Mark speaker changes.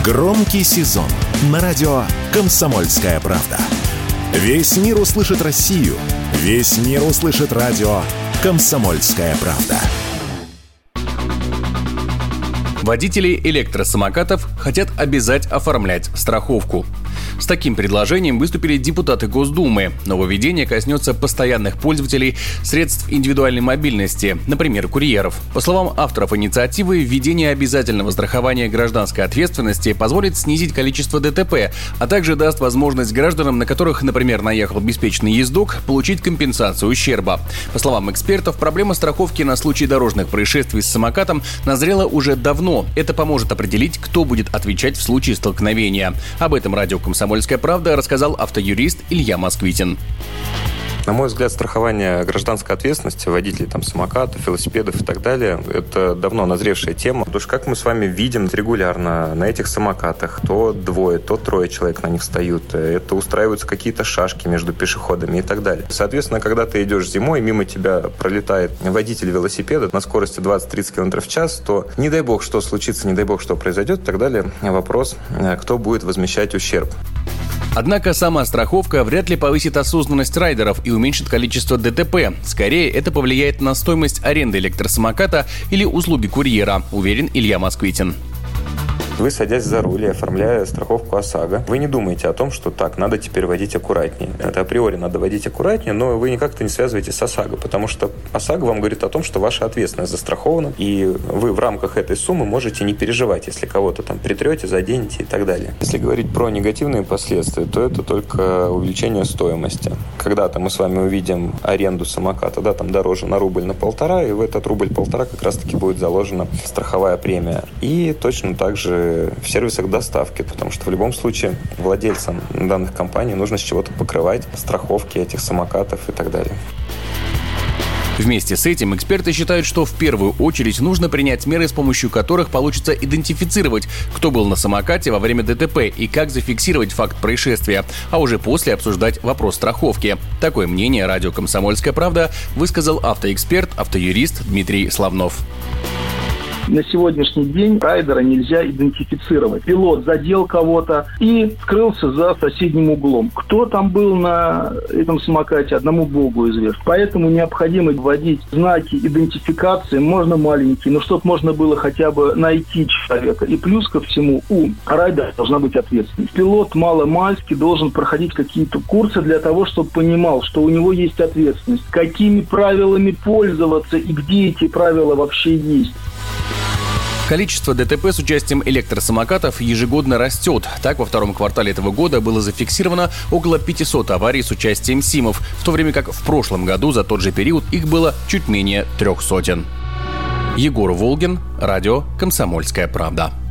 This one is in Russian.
Speaker 1: Громкий сезон на радио «Комсомольская правда». Весь мир услышит Россию. Весь мир услышит радио «Комсомольская правда».
Speaker 2: Водители электросамокатов хотят обязать оформлять страховку. С таким предложением выступили депутаты Госдумы. Нововведение коснется постоянных пользователей средств индивидуальной мобильности, например, курьеров. По словам авторов инициативы, введение обязательного страхования гражданской ответственности позволит снизить количество ДТП, а также даст возможность гражданам, на которых, например, наехал беспечный ездок, получить компенсацию ущерба. По словам экспертов, проблема страховки на случай дорожных происшествий с самокатом назрела уже давно. Это поможет определить, кто будет отвечать в случае столкновения. Об этом радио «Комсомольская правда» рассказал автоюрист Илья Москвитин.
Speaker 3: На мой взгляд, страхование гражданской ответственности водителей самокатов, велосипедов и так далее – это давно назревшая тема. Потому что, как мы с вами видим регулярно, на этих самокатах то двое, то трое человек на них встают. Это устраиваются какие-то шашки между пешеходами и так далее. Соответственно, когда ты идешь зимой, мимо тебя пролетает водитель велосипеда на скорости 20-30 км в час, то не дай бог, что случится, не дай бог, что произойдет и так далее. Вопрос, кто будет возмещать ущерб.
Speaker 2: Однако сама страховка вряд ли повысит осознанность райдеров и уменьшит количество ДТП. Скорее, это повлияет на стоимость аренды электросамоката или услуги курьера, уверен Илья Москвитин.
Speaker 3: Вы, садясь за руль и оформляя страховку ОСАГО, вы не думаете о том, что так, надо теперь водить аккуратнее. Это априори надо водить аккуратнее, но вы никак-то не связываете с ОСАГО, потому что ОСАГО вам говорит о том, что ваша ответственность застрахована, и вы в рамках этой суммы можете не переживать, если кого-то притрете, заденете и так далее. Если говорить про негативные последствия, то это только увеличение стоимости. Когда-то мы с вами увидим аренду самоката, дороже на рубль, на полтора, и в этот рубль-полтора как раз-таки будет заложена страховая премия. И точно так же в сервисах доставки, потому что в любом случае владельцам данных компаний нужно с чего-то покрывать страховки этих самокатов и так далее.
Speaker 2: Вместе с этим эксперты считают, что в первую очередь нужно принять меры, с помощью которых получится идентифицировать, кто был на самокате во время ДТП и как зафиксировать факт происшествия, а уже после обсуждать вопрос страховки. Такое мнение радио «Комсомольская правда» высказал автоэксперт, автоюрист Дмитрий Славнов.
Speaker 4: На сегодняшний день райдера нельзя идентифицировать. Пилот задел кого-то и скрылся за соседним углом. Кто там был на этом самокате, одному богу известно. Поэтому необходимо вводить знаки идентификации, можно маленькие, но чтобы можно было хотя бы найти человека. И плюс ко всему у райдера должна быть ответственность. Пилот маломальски должен проходить какие-то курсы для того, чтобы понимал, что у него есть ответственность. Какими правилами пользоваться и где эти правила вообще есть.
Speaker 2: Количество ДТП с участием электросамокатов ежегодно растет. Так, во втором квартале этого года было зафиксировано около 500 аварий с участием СИМов, в то время как в прошлом году за тот же период их было чуть менее 300. Егор Волгин, радио «Комсомольская правда».